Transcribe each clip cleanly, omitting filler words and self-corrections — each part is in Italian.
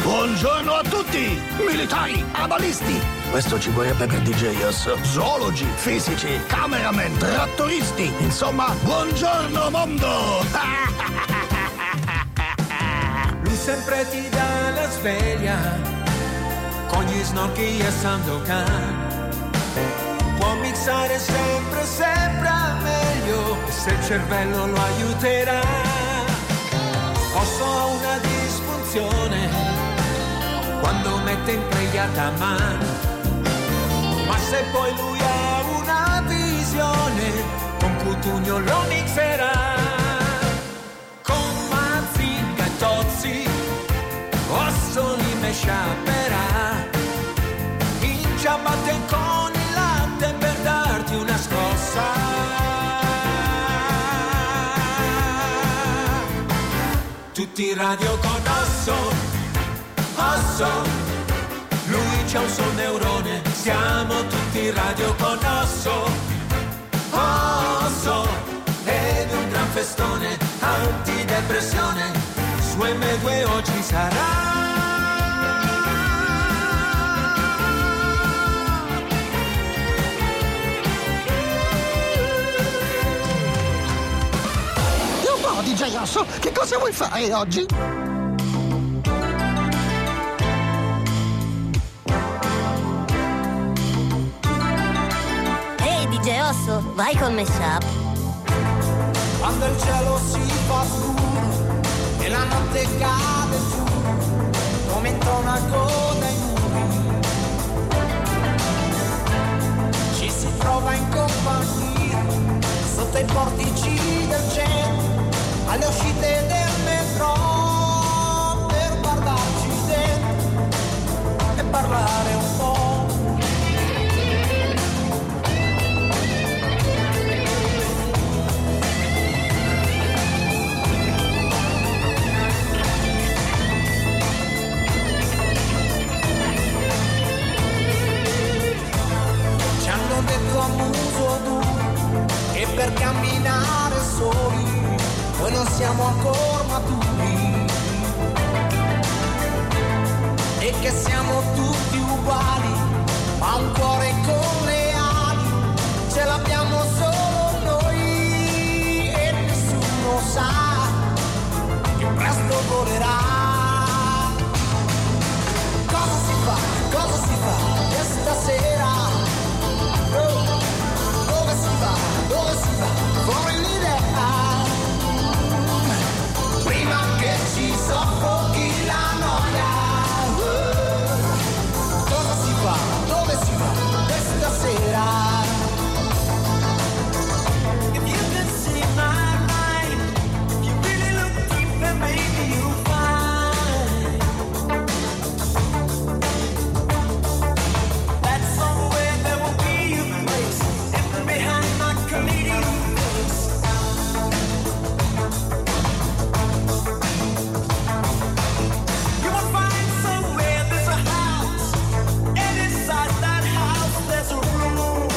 Buongiorno a tutti, militari, analisti. Questo ci vorrebbe per DJ Osso. Zoologi, fisici, cameraman, trattoristi. Insomma, buongiorno mondo. Lui sempre ti dà la sveglia con gli snorchi e Sandokan. Può mixare sempre, sempre meglio se il cervello lo aiuterà. Osso ha una disfunzione quando mette in preghiata man, ma se poi lui ha una visione con Cutugno lo mixerà. Con Mazinga e Tozzi Osso li mesciaperà, in ciabatte con il latte per darti una scossa. Tutti in radio con Osso. Osso, lui c'ha un sol neurone, siamo tutti in radio con Osso. Osso, ed un gran festone, antidepressione, su M2 oggi sarà. E un po' DJ Osso, che cosa vuoi fare oggi? DJ Osso, vai col mashup. Quando il cielo si fa scuro e la notte cade giù, come una coda in muri, ci si trova in compagnia sotto i portici del centro, alle uscite del metro, per guardarci dentro e parlare un po'. Detto a muso duro che per camminare soli noi non siamo ancora maturi e che siamo tutti uguali, ma un cuore con le ali ce l'abbiamo solo noi e nessuno sa che presto volerà. Cosa si fa questa sera? Dove si va? Fuori l'idea, prima che ci soffochi la noia. Cosa si fa? Dove si va? Questa sera. If you can see my mind, if you really look deep and maybe you'll find that somewhere there will be a place behind my comedian face. You will find somewhere there's a house, and inside that house there's a room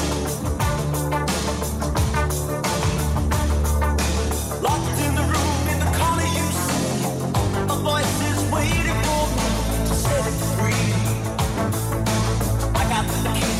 locked in the room, in the corner you see a voice is waiting for me to set it free. I got the key.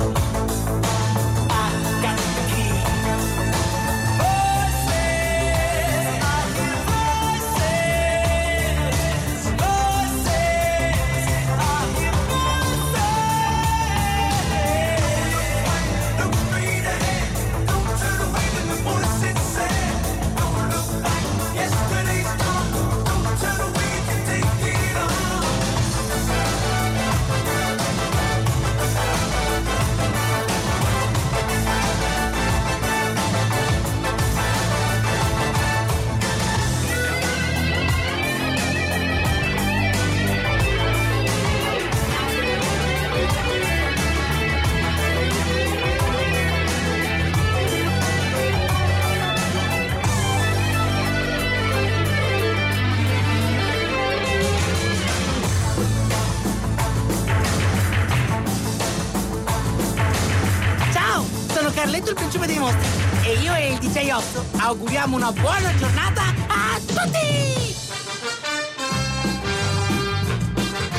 Carletto il principe dei mostri e io e il DJ Osso auguriamo una buona giornata a tutti!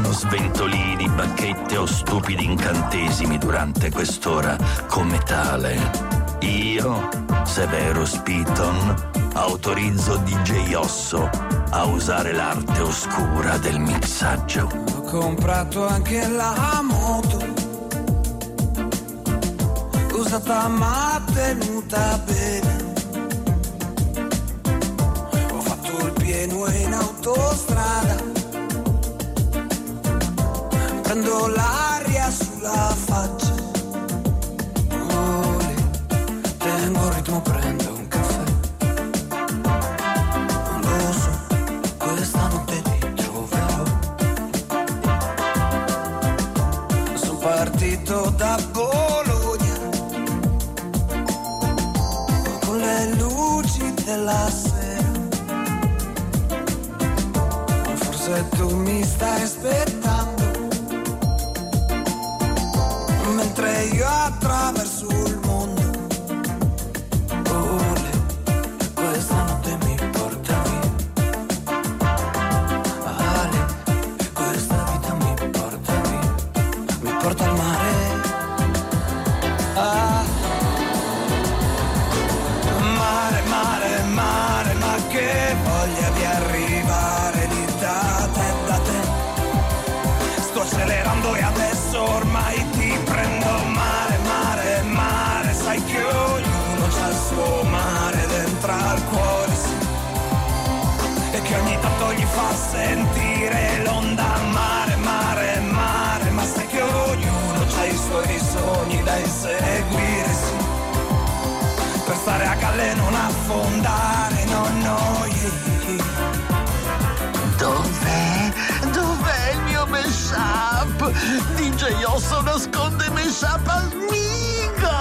saranno sventolini, bacchette o stupidi incantesimi durante quest'ora come tale. Io, Severus Piton, autorizzo DJ Osso a usare l'arte oscura del mixaggio. Ho comprato anche la moto, usata ma tenuta bene. Ho fatto il pieno in autostrada, prendo l'aria sulla faccia. Tengo il ritmo, prendo un caffè. Non lo so, questa notte ti troverò. Sono partito da Bologna con le luci della sera. Forse tu mi stai aspettando mentre io attraverso il mondo. Questa notte mi porta via, Ale, questa vita mi porta via, mi porta al mare. Mare, mare, mare, ma che voglia di arrivare lì da te. Sto accelerando e adesso ormai ti prendo. Mare, mare, mare, sai che ognuno c'ha il suo mare dentro al cuore, sì. E che ogni tanto gli fa sentire l'onda. Mare, mare, mare, ma sai che ognuno c'ha i suoi sogni da inseguire, sì. Per stare a galla e non affondare, no, no, yeah. Dov'è il mio mashup? DJ Osso nasconde mashup amico.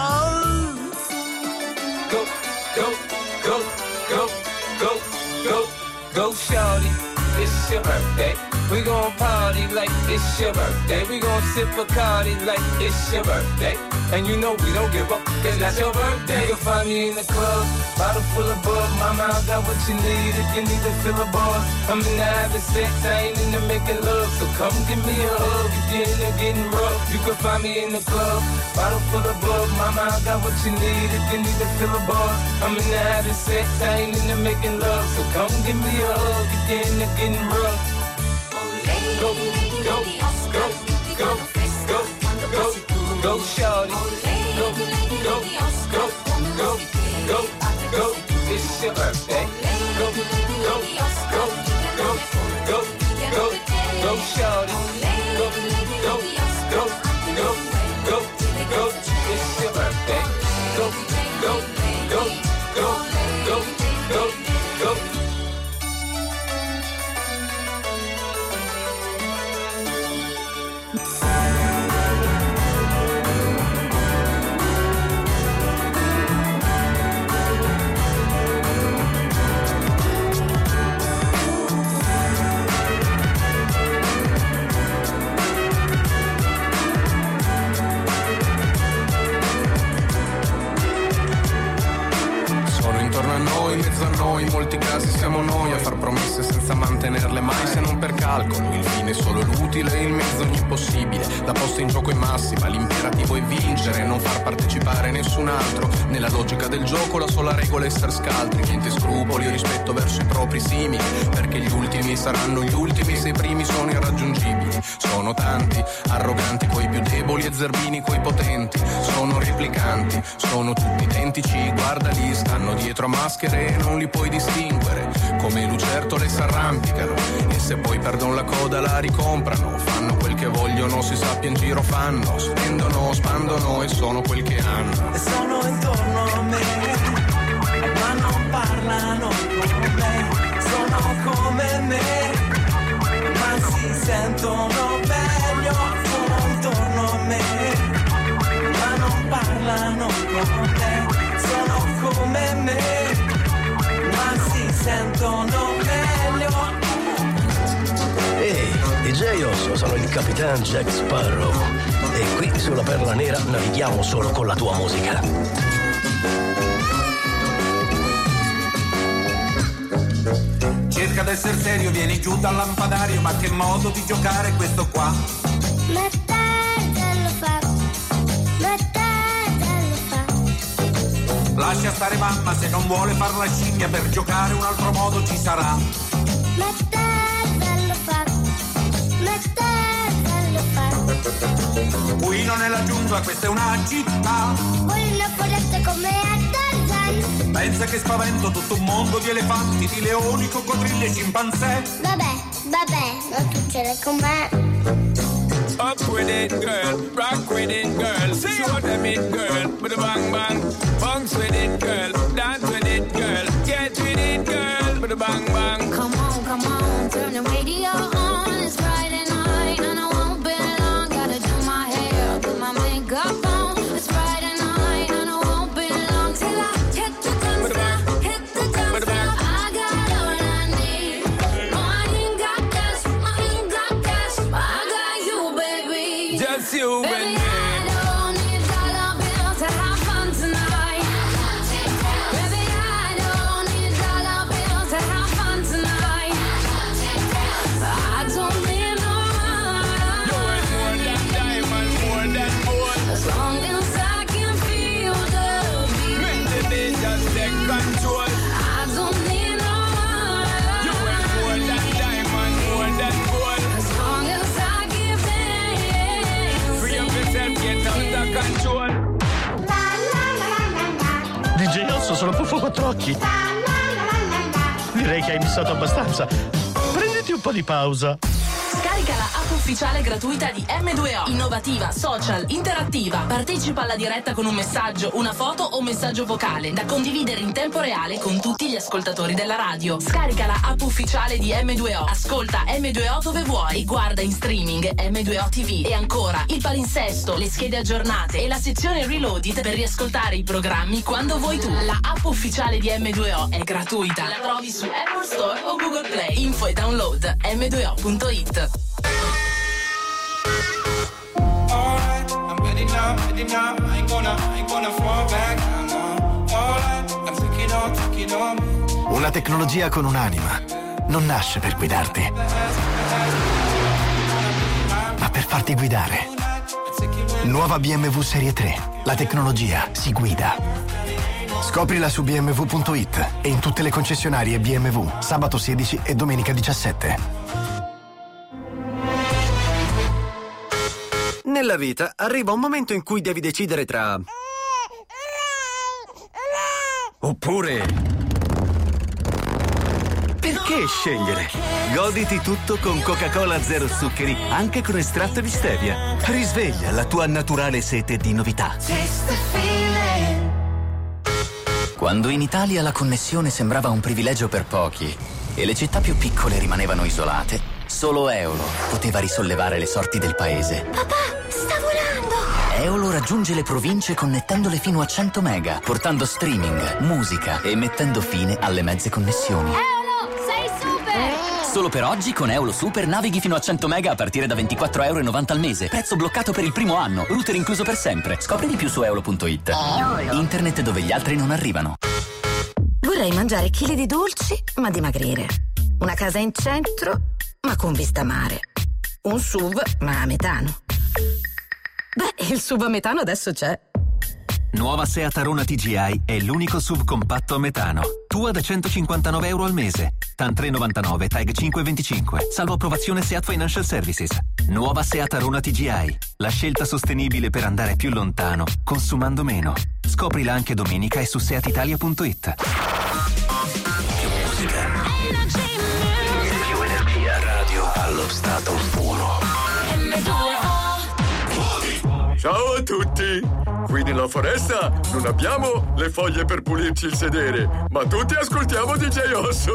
Go, go, go, go, go, go, go, shorty, it's your birthday. We gon' party like it's your birthday. We gon' sip Bacardi like it's your birthday. And you know we don't give up, cause that's your birthday. You can find me in the club, bottle full of bug. Mama, I got what you need if you need to fill a bar. I'm in the having sex, I ain't in the making love. So come give me a hug if you're in there getting rough. You can find me in the club, bottle full of bug. Mama, I got what you need if you need to fill a bar. I'm in the having sex, I ain't in the making love. So come give me a hug if you're in there getting rough. Go, go, go, go, go, go, go, shorty. Go, go, go, go, go, go, it's your birthday. Go, go, go, go, go, go, go, shorty. Go, go, go, go, go, go, it's your birthday. Go, go, go, go, go, go, go. In mezzo a noi, in molti casi siamo noi a far promesse senza mantenerle mai, se non per calcolo. Il fine è solo l'utile, il mezzo ogni possibile. La posta in gioco è massima, l'imperativo è vincere, non far partecipare nessun altro. Nella logica del gioco la sola regola è essere scaltri, niente scrupoli, rispetto verso i propri simili, perché gli ultimi saranno gli ultimi se i primi sono irraggiungibili. Sono tanti, arroganti coi più deboli e zerbini coi potenti. Sono replicanti, sono tutti identici, guardali, stanno dietro a maschere e non li puoi distinguere. Come lucertole s'arrampicano e se poi perdono la coda la ricomprano. Fanno quel che vogliono, si sappia in giro fanno. Spendono, spandono e sono quel che hanno. E sono intorno a me, ma non parlano con me. Sono come me, ma si sentono meglio. Sono intorno a me, ma non parlano con me. Sono come me, ma si sentono meglio. Ehi, DJ Osso, sono il Capitan Jack Sparrow e qui sulla Perla Nera navighiamo solo con la tua musica. Circa cerca d'essere serio, vieni giù dal lampadario, ma che modo di giocare è questo qua? Mettetelo fa, mettetelo fa. Lascia stare mamma, se non vuole far la scimmia, per giocare un altro modo ci sarà. Mettetelo fa, mettetelo fa. Qui non è la giungla, questa è una città. Vuoi una foresta come a Tarzan? Pensa che spavento tutto un mondo di elefanti, di leoni, coccodrilli e scimpanzé. Vabbè, non succede con me. Up with it, girl. Rock with it, girl. Show them it, girl. With a bang bang. Bounce with it, girl. Dance with it, girl. Get with it, girl. With a bang bang. Come on, turn the radio on. It's Friday night and I won't be long. Gotta do my hair, put my makeup on. It's Friday night and I won't be long till I hit the dance floor, hit the dance floor. I got all I need. No, I ain't got cash, but I got you, baby. Just you and Baby, me. I don't need dollar bills to have fun tonight. Baby, I don't need dollar bills to have fun tonight. I don't need no You ain't more than diamond, more than gold. as long as I can feel the beat. Make the beat just take control. I don't need no You ain't more than diamond, more than gold. as long as I give in. Free up yourself, get out of control. DJ Osso, sono Puffo Quattrocchi. Direi che hai missato abbastanza. Prenditi un po' di pausa. Scarica la app ufficiale gratuita di M2O. Innovativa, social, interattiva. Partecipa alla diretta con un messaggio, una foto o un messaggio vocale da condividere in tempo reale con tutti gli ascoltatori della radio. Scarica la app ufficiale di M2O. Ascolta M2O dove vuoi. Guarda in streaming M2O TV. E ancora il palinsesto, le schede aggiornate e la sezione Reloaded per riascoltare i programmi quando vuoi tu. La app ufficiale di M2O è gratuita. La trovi su Apple Store o Google Play. Info e download m2o.it. Alright, I'm ready now, I ain't gonna fall back now. Alright, I'm take it on me. Una tecnologia con un'anima non nasce per guidarti, ma per farti guidare. Nuova BMW Serie 3. La tecnologia si guida. Scoprila su bmw.it e in tutte le concessionarie BMW, sabato 16 e domenica 17. Nella vita arriva un momento in cui devi decidere tra... Oppure... Perché scegliere? Goditi tutto con Coca-Cola Zero Zuccheri, anche con estratto di stevia. Risveglia la tua naturale sete di novità. Quando in Italia la connessione sembrava un privilegio per pochi e le città più piccole rimanevano isolate, solo Eolo poteva risollevare le sorti del paese. Papà, sta volando! Eolo raggiunge le province connettendole fino a 100 mega, portando streaming, musica e mettendo fine alle mezze connessioni. Eolo, sei super! Solo per oggi con Eolo Super navighi fino a 100 mega a partire da €24,90 al mese. Prezzo bloccato per il primo anno, router incluso per sempre. Scopri di più su eolo.it. Internet dove gli altri non arrivano. Vorrei mangiare chili di dolci, ma dimagrire. Una casa in centro, ma con vista mare. Un SUV, ma a metano. Beh, il SUV a metano adesso c'è. Nuova Seat Arona TGI è l'unico SUV compatto a metano. Tua da €159 al mese. TAN 3,99, TAG 5,25. Salvo approvazione Seat Financial Services. Nuova Seat Arona TGI. La scelta sostenibile per andare più lontano, consumando meno. Scoprila anche domenica e su seatitalia.it. Più musica. Più energia. Radio allo stato puro. Ciao a tutti! Qui nella foresta non abbiamo le foglie per pulirci il sedere, ma tutti ascoltiamo DJ Osso!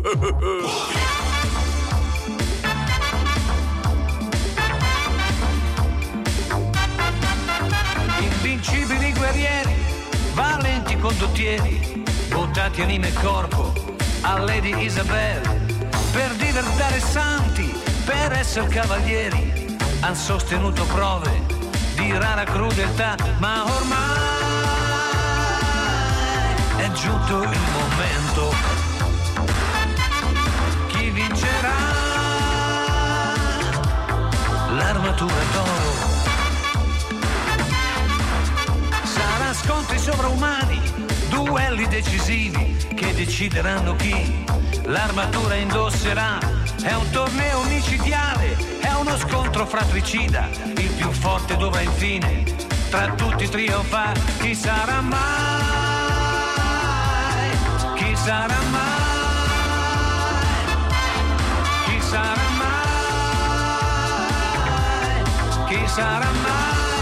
Invincibili guerrieri, valenti condottieri, buttati anima e corpo a Lady Isabel, per diventare santi, per essere cavalieri, han sostenuto prove di rara crudeltà, ma ormai è giunto il momento. l'armatura d'oro. Sarà scontri sovraumani, duelli decisivi che decideranno chi l'armatura indosserà. È un torneo micidiale, è uno scontro fratricida. Il più forte dovrà infine tra tutti trionfare. Chi sarà mai? Chi sarà mai? Chi sarà mai? Chi sarà mai?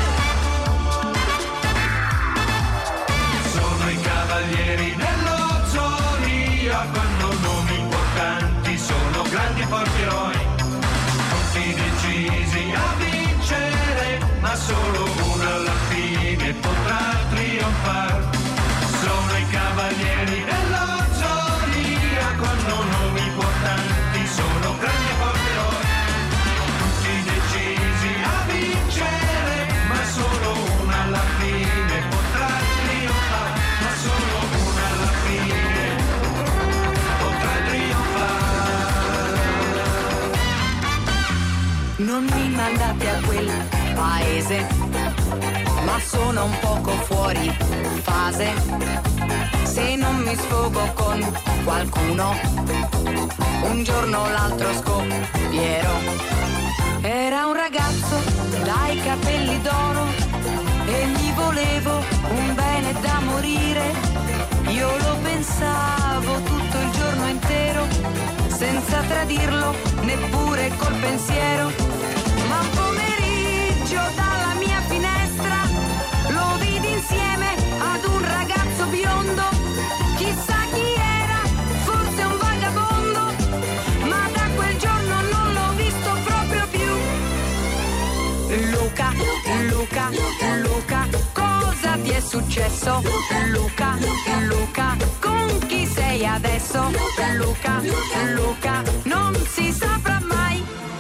Sono i cavalieri dello zodiaco, hanno nomi importanti, sono grandi e forti eroi, tutti decisi a vincere, ma solo uno alla fine potrà trionfare. Sono i cavalieri dello zodiaco, hanno nomi importanti, sono grandi e forti eroi, tutti decisi a vincere, ma solo uno alla fine potrà trionfare, ma solo uno alla fine potrà trionfare. Non mi mandate a quel paese, ma sono un poco fuori fase. Se non mi sfogo con qualcuno, un giorno o l'altro scoppierò. Era un ragazzo dai capelli d'oro e gli volevo un bene da morire. Io lo pensavo tutto il giorno intero, senza tradirlo neppure col pensiero. Ma un pomeriggio dalla mia finestra lo vidi insieme ad un ragazzo biondo. Chissà chi era, forse un vagabondo, ma da quel giorno non l'ho visto proprio più. Luca, Luca, Luca, cosa ti è successo? Luca, Luca, con chi sei adesso? Luca, Luca, non si saprà mai.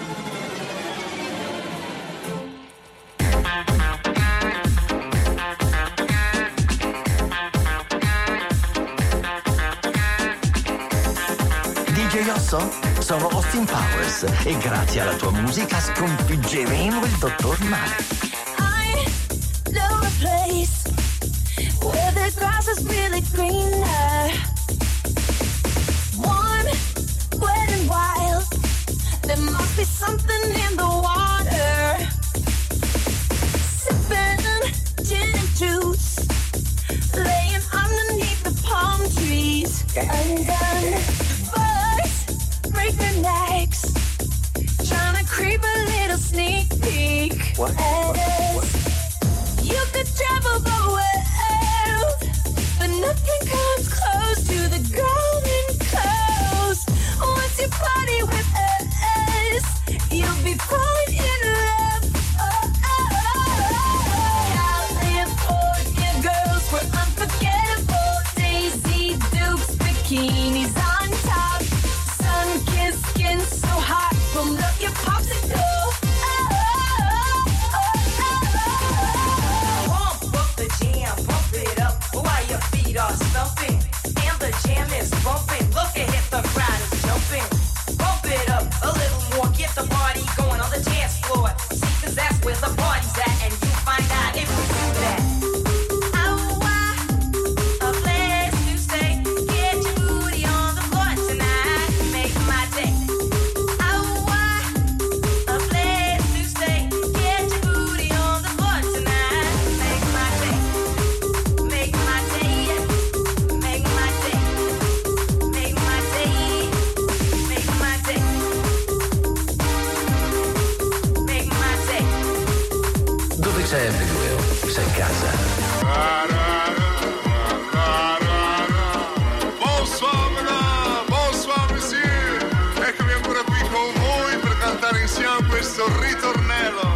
DJ Osso, sono Austin Powers e grazie alla tua musica sconfiggeremo il dottor Male. I know a place where the grass is really greener. Warm, wet and wild. There must be something in the water. Sipping gin and juice, laying underneath the palm trees. Undone. Break their necks, trying to creep a little sneak peek. What? You could travel the world, but nothing comes close to the golden coast. Once you party with us, you'll be falling in love. California girls were unforgettable. Daisy Dukes, bikinis on top. Sun-kissed skin so hot, pump up your popsicle. Pump up the jam, pump it up while your feet are stumping. And the jam is bumping, look ahead, the crowd is jumping. Pump it up a little more, get the party going on the dance floor. See, 'cause that's where the party's at, and you find out if we do that. A place to stay, get your booty on the floor tonight, make my day. A place to stay, get your booty on the floor tonight, make my day. Make my day, make my day, make my day, make my day, make my day. Dove c'è M2O? Sei a casa. Bonsoir monsieur, eccomi ancora qui con voi per cantare insieme questo ritornello.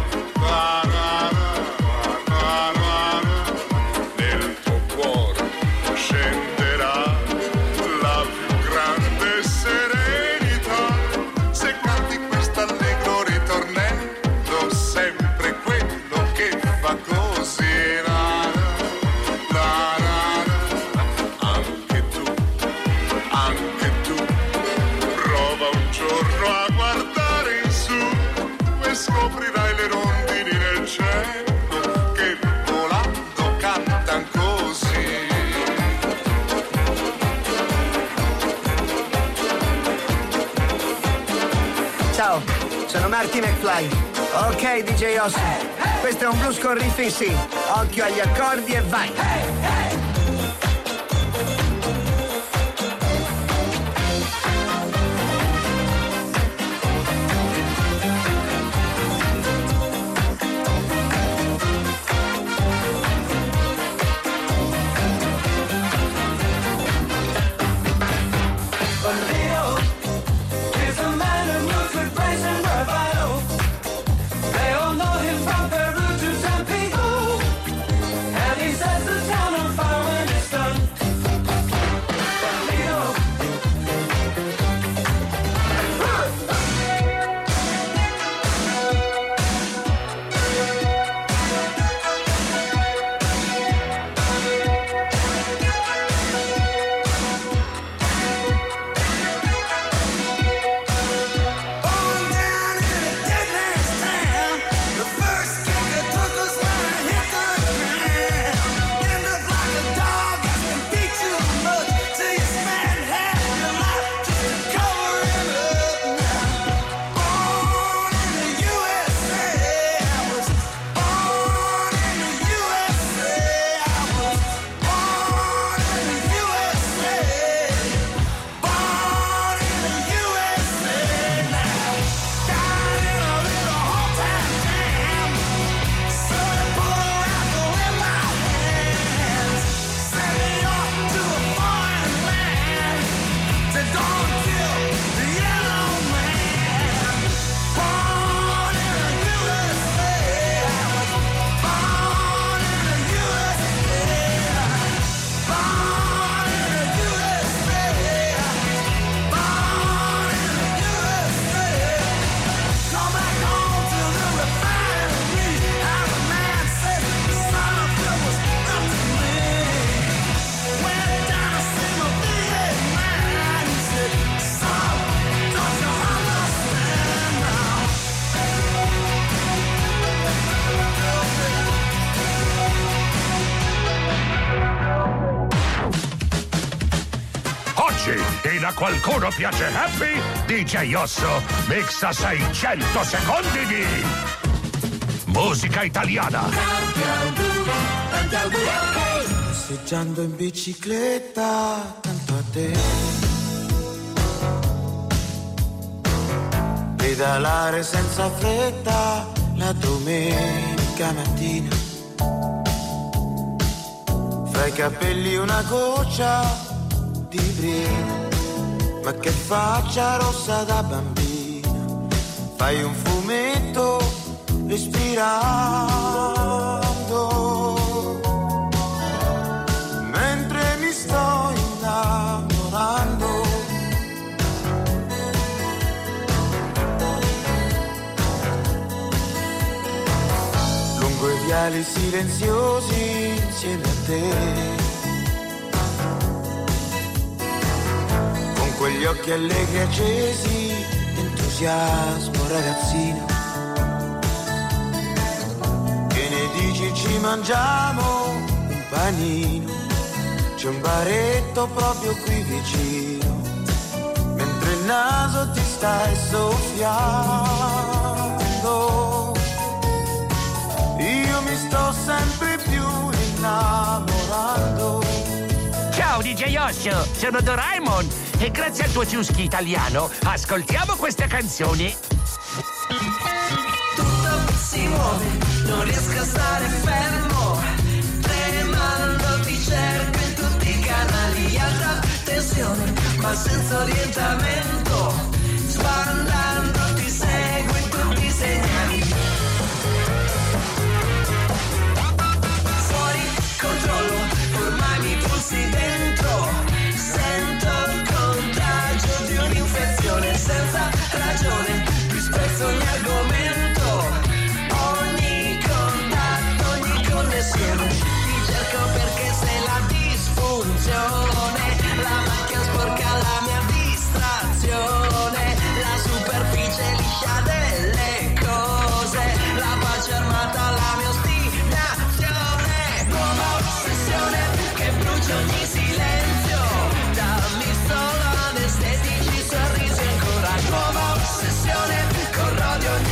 Nel tuo cuore scenderà la più grande serenità se canti questo allegro ritornello, sempre quello che fa così. Marty McFly. Ok, DJ Osso. Questo è un blues con riff in sì. Occhio agli accordi e vai. E a qualcuno piace Happy? DJ Osso mixa 600 secondi di musica italiana. Passeggiando in bicicletta tanto a te, pedalare senza fretta la domenica mattina, fra i capelli una goccia di brio, ma che faccia rossa da bambina, fai un fumetto respirando, mentre mi sto innamorando. Lungo i viali silenziosi insieme a te, quegli occhi allegri accesi, entusiasmo ragazzino. Che ne dici ci mangiamo un panino, c'è un baretto proprio qui vicino, mentre il naso ti stai soffiando. Io mi sto sempre più innamorando. Ciao DJ Osso, sono Doraemon e grazie al tuo ciuschi italiano ascoltiamo questa canzone. Tutto si muove, non riesco a stare fermo, tremando ti cerco in tutti i canali, alta tensione ma senza orientamento, sbandando ti seguo in tutti i segnali. Fuori controllo, ormai mi pulsi dentro, sento il contagio di un'infezione senza ragione, più spesso ogni argomento, ogni contatto, ogni connessione, ti cerco perché sei la disfunzione, la macchia sporca la mia distrazione, la superficie liscia delle cose, la pace armata la mia ostinazione, nuova ossessione che brucia ogni silenzio, dammi solo anestetici sorrisi ancora, nuova ossessione, corrode ogni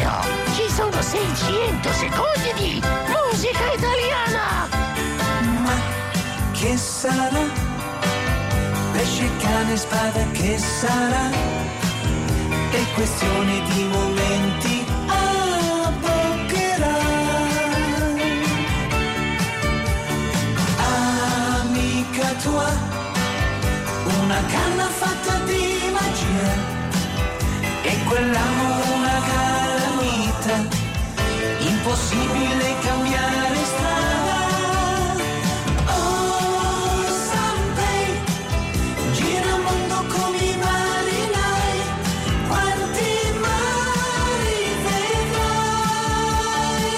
però ci sono 600 secondi di musica italiana. Ma che sarà? Pesce, cane, spada, che sarà? È questione di momenti, abboccherà. Amica tua, una canna fatta di magia, e quell'amore una calamita, impossibile cambiare strada. Oh, someday, gira il mondo come i marinai, quanti mari vedrai.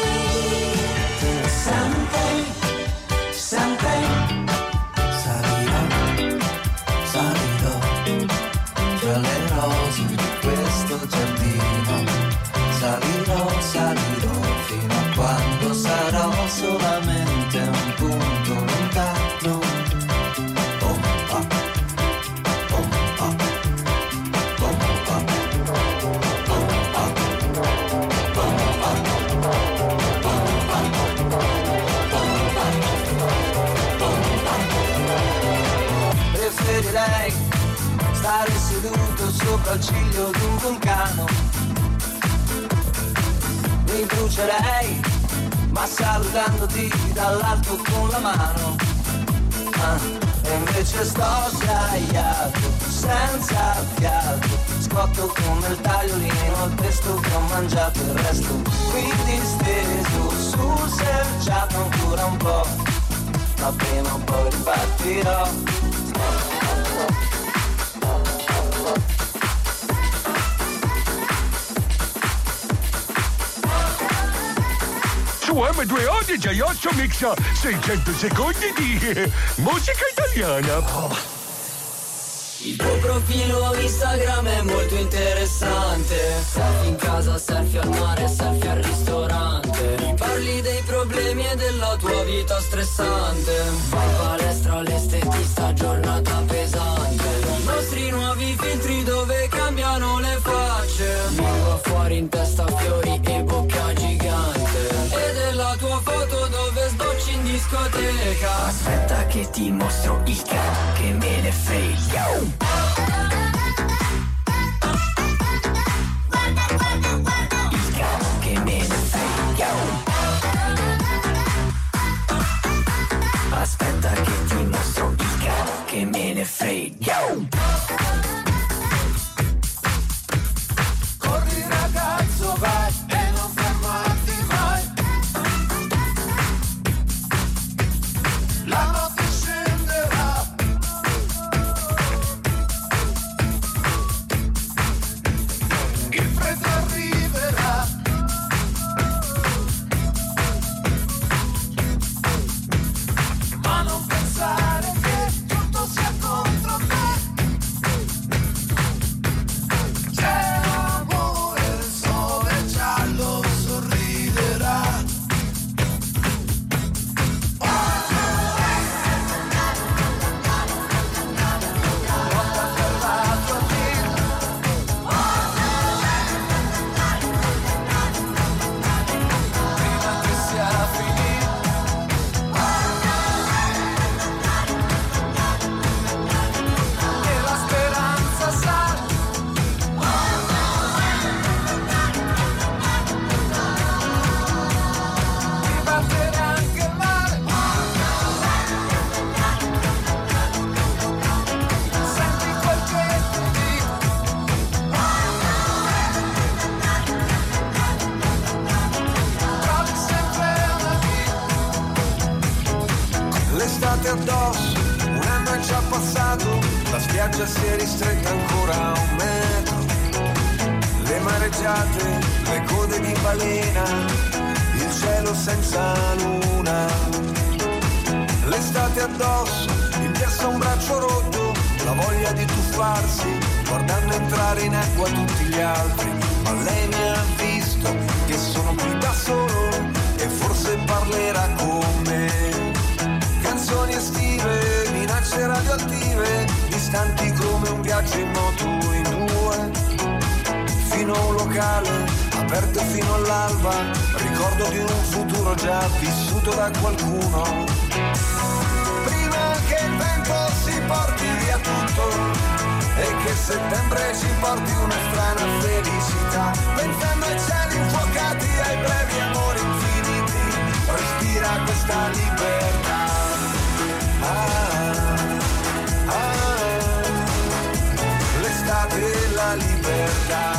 Someday, someday, salirò, salirò tra le rose di questo giardino. Salirò, salirò fino a quando sarò solamente un punto lontano. Pompa, pompa, pompa, pompa, preferirei stare seduto sopra il ciglio di un vulcano. Mi brucerei, ma salutandoti dall'alto con la mano. E invece sto sdraiato, senza fiato, scotto come il tagliolino, il pesto che ho mangiato, il resto qui disteso sul selciato ancora un po', ma prima o poi ripartirò. Su M2O DJ Osso mixa 600 secondi di musica italiana. Il tuo profilo Instagram è molto interessante. Selfie in casa, selfie al mare, selfie al ristorante. Mi parli dei problemi e della tua vita stressante. Vai in palestra, l'estetista, giornata pesante. I nostri nuovi filtri dove cambiano le facce. Lingua fuori in testa, fiori e bocca gigante. E della tua foto dove sbocci in discoteca. Aspetta che ti mostro il che me ne frega. Che me ne frega. Aspetta che ti mostro il che me ne frega. Corri ragazzo, vai e non fermarti mai. La notte scenderà. Il freddo arriverà. Ma non pensare che tutto sia contro te. C'è amore, il sole giallo sorriderà. Lotta per la tua vita. Prima che sia finita. E la speranza sale. Ti battere anche il mare. Senti quel che ti dico. Trovi sempre una via. L'estate addosso, un anno è già passato, la spiaggia si è ristretta ancora a 1 metro. Le mareggiate, le code di balena, il cielo senza luna. L'estate addosso, il ghiaccio a un braccio rotto, la voglia di tuffarsi, guardando entrare in acqua tutti gli altri. Ma lei mi ha visto che sono qui da solo e forse parlerà con me. Canzoni estive, minacce radioattive, distanti come un viaggio in moto in due. Fino a un locale a aperte fino all'alba, ricordo di un futuro già vissuto da qualcuno. Prima che il vento si porti via tutto e che settembre ci porti una strana felicità, pensando ai cieli infuocati, ai brevi amori infiniti, respira questa libertà. L'estate e la libertà.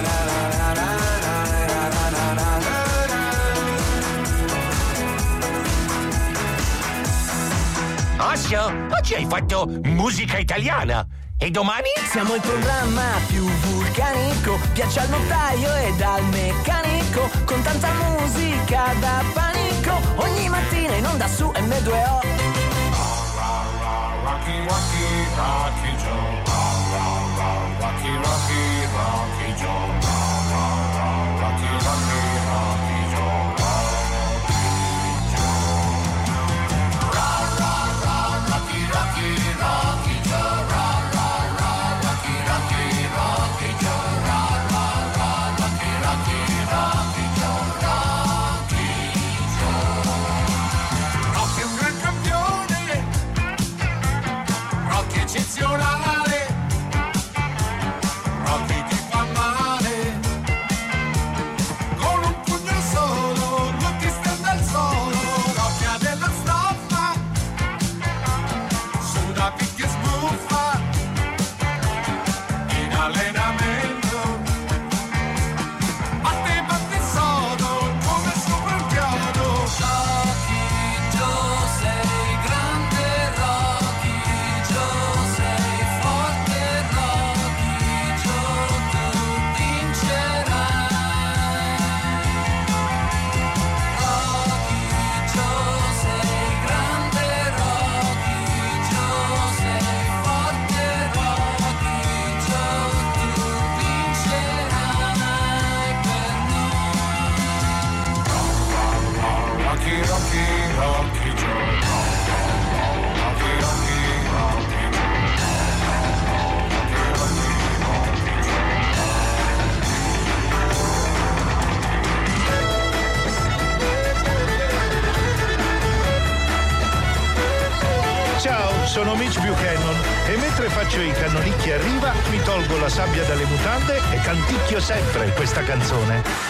Ossio, oggi hai fatto musica italiana. E domani? Siamo il programma più vulcanico, piace al notaio ed al meccanico, con tanta musica da panico, ogni mattina in onda su M2O. Rocky, Rocky, Rocky Joe. Rocky, Rocky, Rocky Joe. Rocky, Rocky, Rocky Joe. Rocky, Rocky, Rocky Joe. Rocky, Rocky, Rocky Joe. Rocky, Rocky, Rocky Joe. Rocky è un gran campione. Rocky eccezionale. Rocky ti fa male. Con un pugno solo non ti stende al solo. Rocky ha della stoffa. Suda, picchia e sbuffa. In allenamento batte sodo come sopra un chiodo. Rocky Joe sei grande, Rocky Joe sei forte, Rocky Joe tu vincerai. Rocky Joe sei grande, Rocky Joe sei forte, Rocky Joe tu vincerai per noi. Rocky, Rocky, Rocky Joe. Rocky, Rocky, Rocky Ciao, sono Mitch Buchanan e mentre faccio i cannonicchi a riva mi tolgo la sabbia dalle mutande e canticchio sempre questa canzone.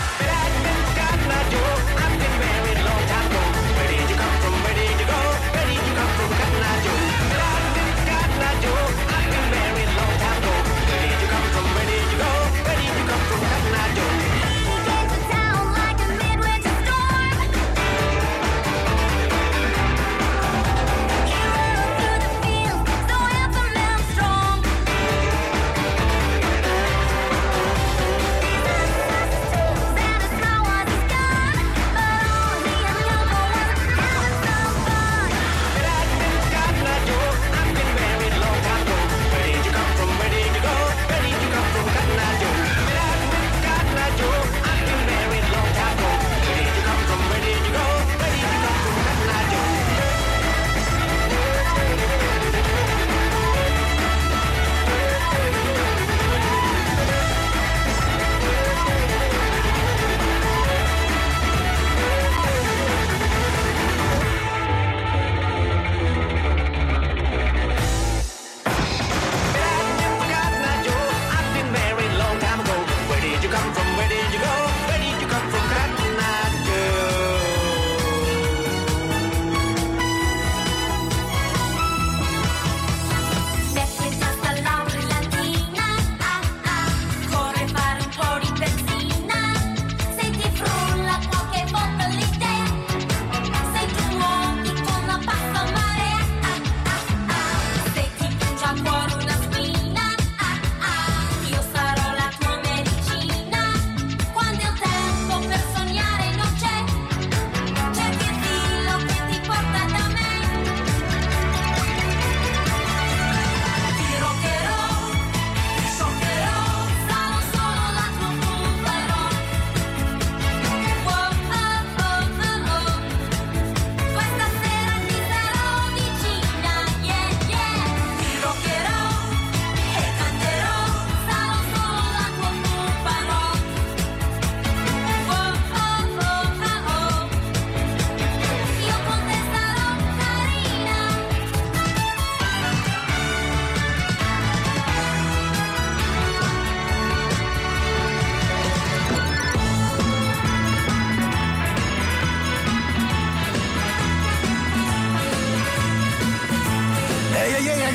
Strong.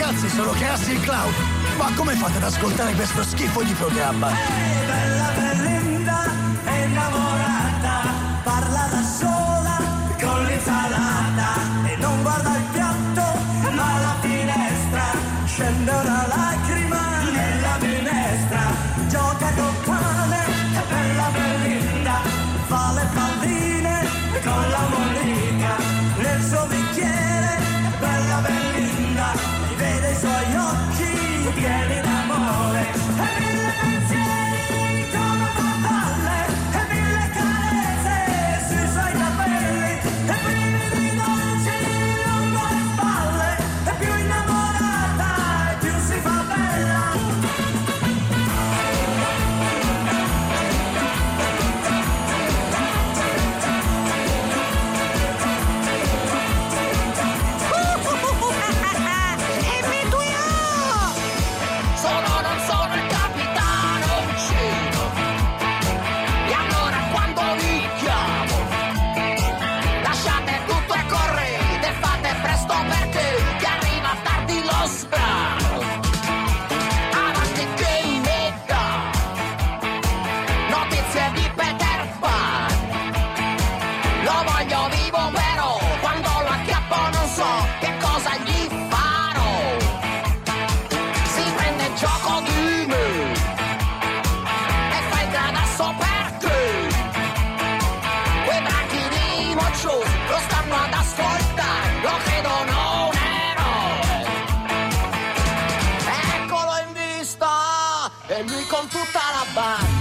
ragazzi, sono Cassie e Cloud. Ma come fate ad ascoltare questo schifo di programma? Bella Belinda è innamorata, parla da sola con l'insalata e non guarda il piatto ma alla finestra, scende una lacrima nella minestra, gioca col cane, è bella Belinda, fa le palline con la monica nel suo bicchiere, bella Belinda, vede i suoi occhi pieni d'amore e mille pensieri come farfalle e mille carezze sui suoi capelli e brividi dolci lungo le spalle e più innamorata e più si fa bella. Non sono il capitano Uncino. E allora quando vi chiamo, lasciate tutto e correte, fate presto perché che arriva tardi lo sbrano. Avanti che mi dà notizie di Peter Pan. Lo voglio vivo però quando lo acchiappo non so che cosa gli farò. Si prende gioco di me e fa il gradasso perché quei branchi di mocciosi lo stanno ad ascoltare, lo credono un eroe. Eccolo in vista e lui con tutta la banda.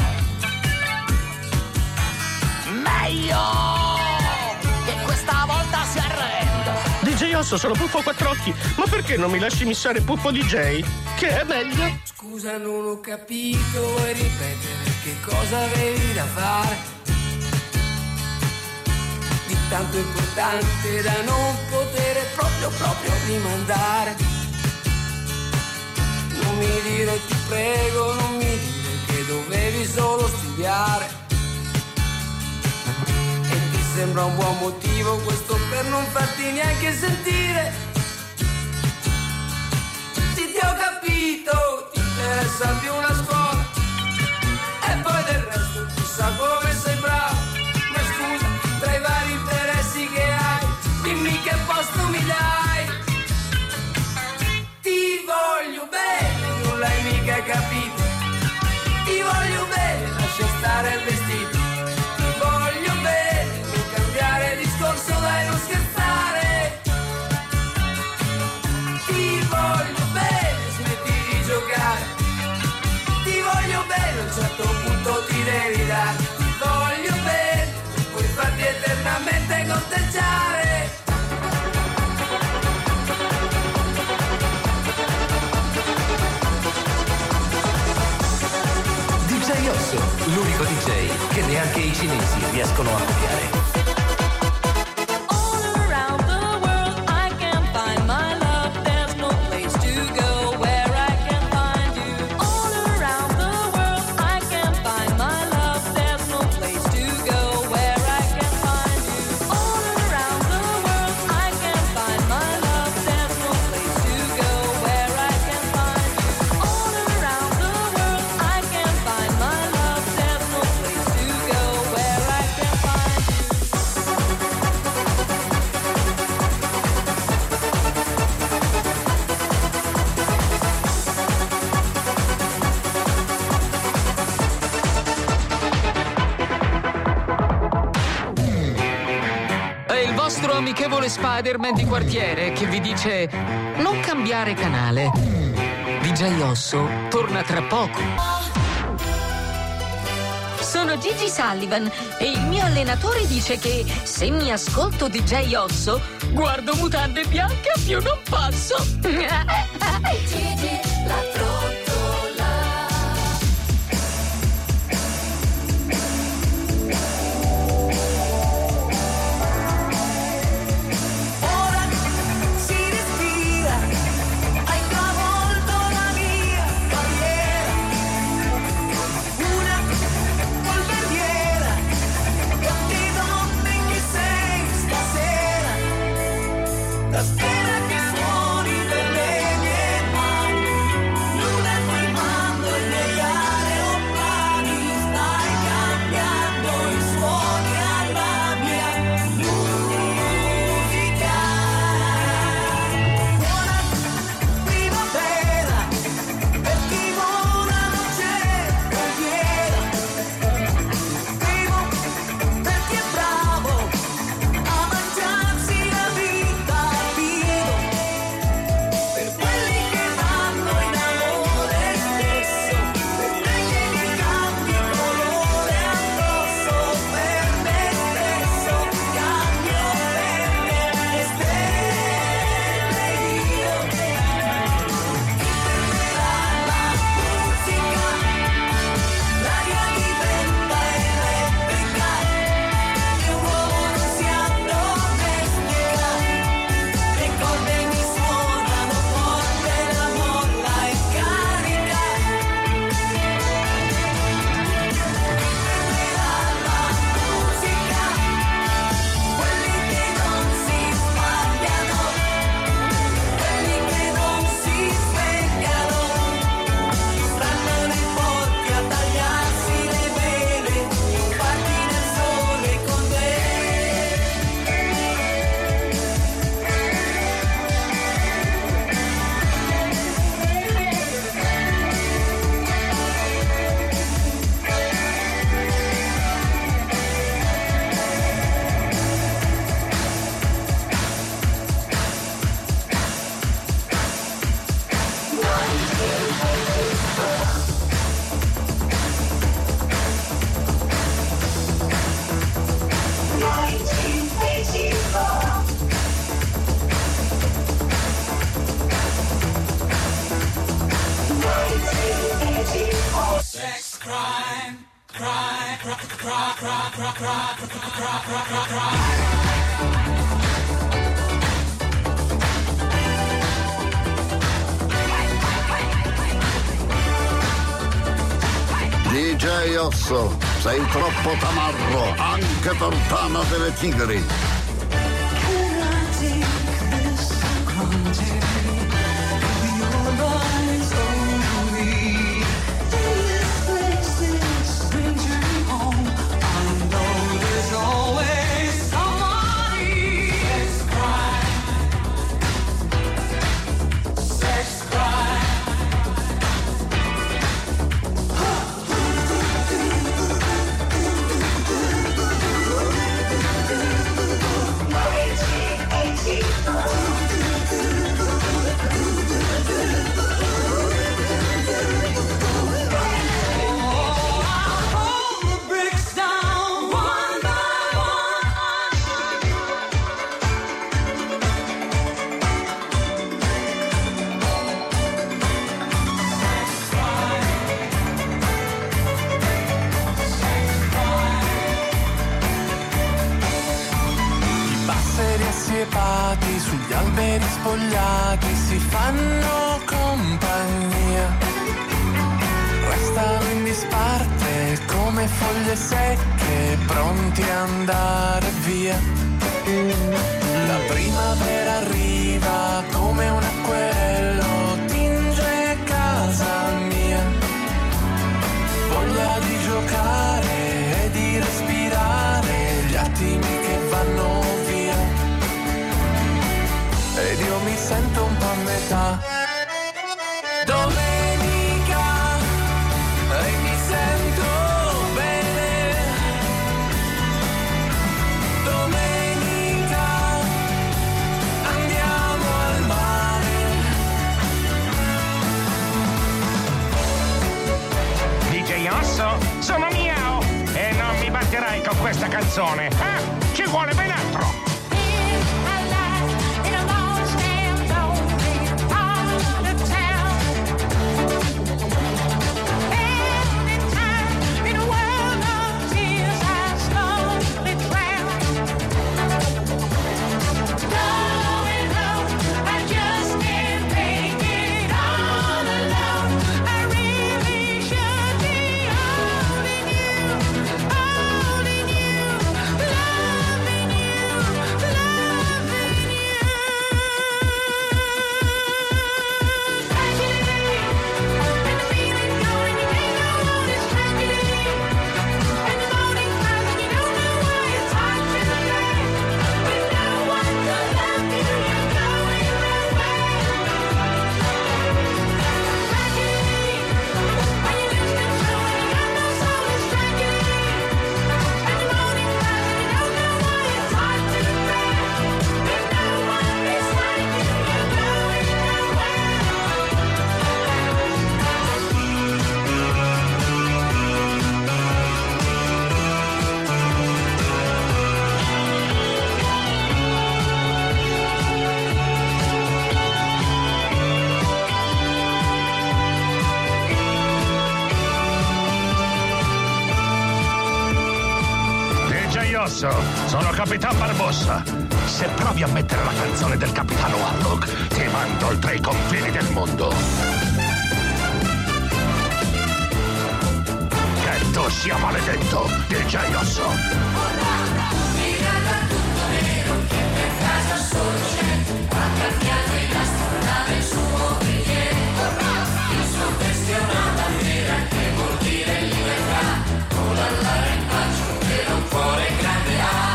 Meglio che questa volta si arrenda. DJ Osso, sono Puffo Quattrocchi, ma perché non mi lasci missare Puffo DJ? Che è meglio? Scusa, non ho capito, vuoi ripetere che cosa avevi da fare? Di tanto importante da non poter proprio rimandare. Non mi dire, ti prego, non mi dire che dovevi solo studiare. E ti sembra un buon motivo questo per non farti neanche sentire. Ti ho capito, ti interessa più una scuola e poi del resto chissà come sei bravo. Ma scusa, tra i vari interessi che hai, dimmi che posto mi dai. Ti voglio bene, non l'hai mica capito. Ti voglio bene, lascia stare il vestito. Ti voglio bene, non cambiare discorso, dai, non scherzare. Ti voglio bene, smetti di giocare. Ti voglio bene, a un certo punto ti devi dare. Ti voglio bene, puoi farti eternamente conteggiare. DJ Osso, l'unico DJ che neanche i cinesi riescono a copiare. Amichevole Spider-Man di quartiere che vi dice non cambiare canale. DJ Osso torna tra poco. Sono Gigi Sullivan e il mio allenatore dice che se mi ascolto DJ Osso guardo mutande bianche a più non passo. Gigi, la trottola. Spera che suoni delle DJ Osso, sei troppo tamarro, anche per Tana delle Tigri. Sugli alberi spogliati si fanno compagnia, restano in disparte come foglie secche pronti a andare via. La primavera arriva come un acquerello, tinge casa mia, voglia di giocare e di respirare gli attimi che vanno via. Ed io mi sento un po' a metà. Domenica e mi sento bene. Domenica andiamo al mare. DJ Osso, sono Miao e non mi batterai con questa canzone. Ci vuole ben altro. Sono Capitan Barbossa. Se provi a mettere la canzone del capitano Harlock, ti mando oltre i confini del mondo. Che tu sia maledetto, DJ Osso. Mirata tutto nero, che per casa solo c'è, ha cambiato il astronave il suo mobiliere. Il suo vestito è una bandiera che vuol dire libertà, con l'allare in bacio che un cuore grande ha.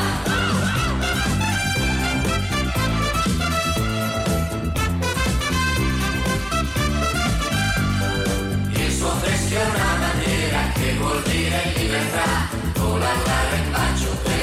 Il suo fresco è una bandiera che vuol dire libertà, con l'allare in bacio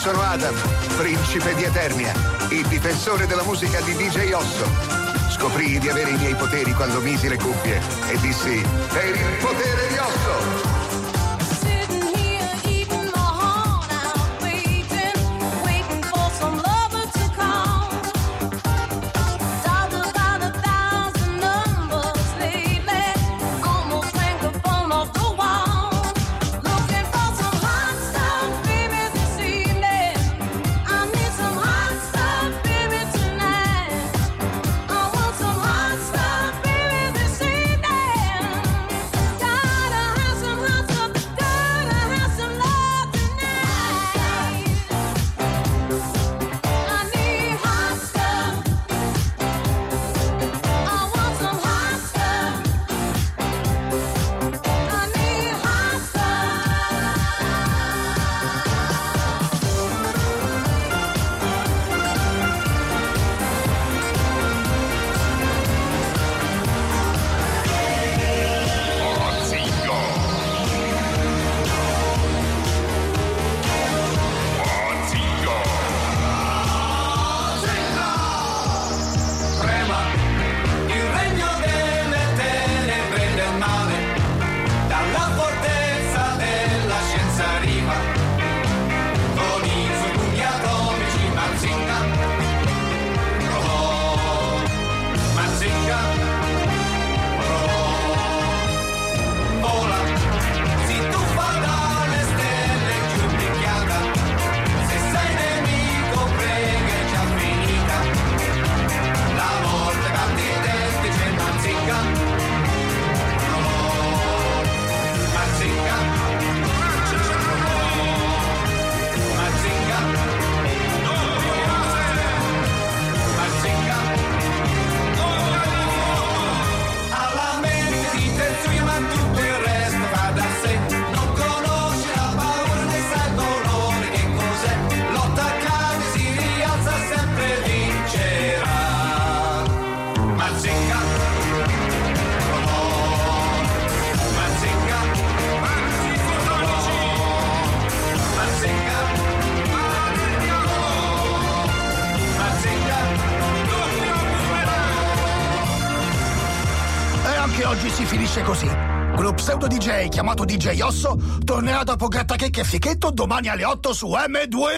sono Adam, principe di Eternia, il difensore della musica di DJ Osso. Scoprii di avere i miei poteri quando misi le cuffie e dissi: per il potere di Osso! Oggi si finisce così. Quello pseudo DJ chiamato DJ Osso tornerà dopo Grattachecche e Fichetto domani alle 8 su M2.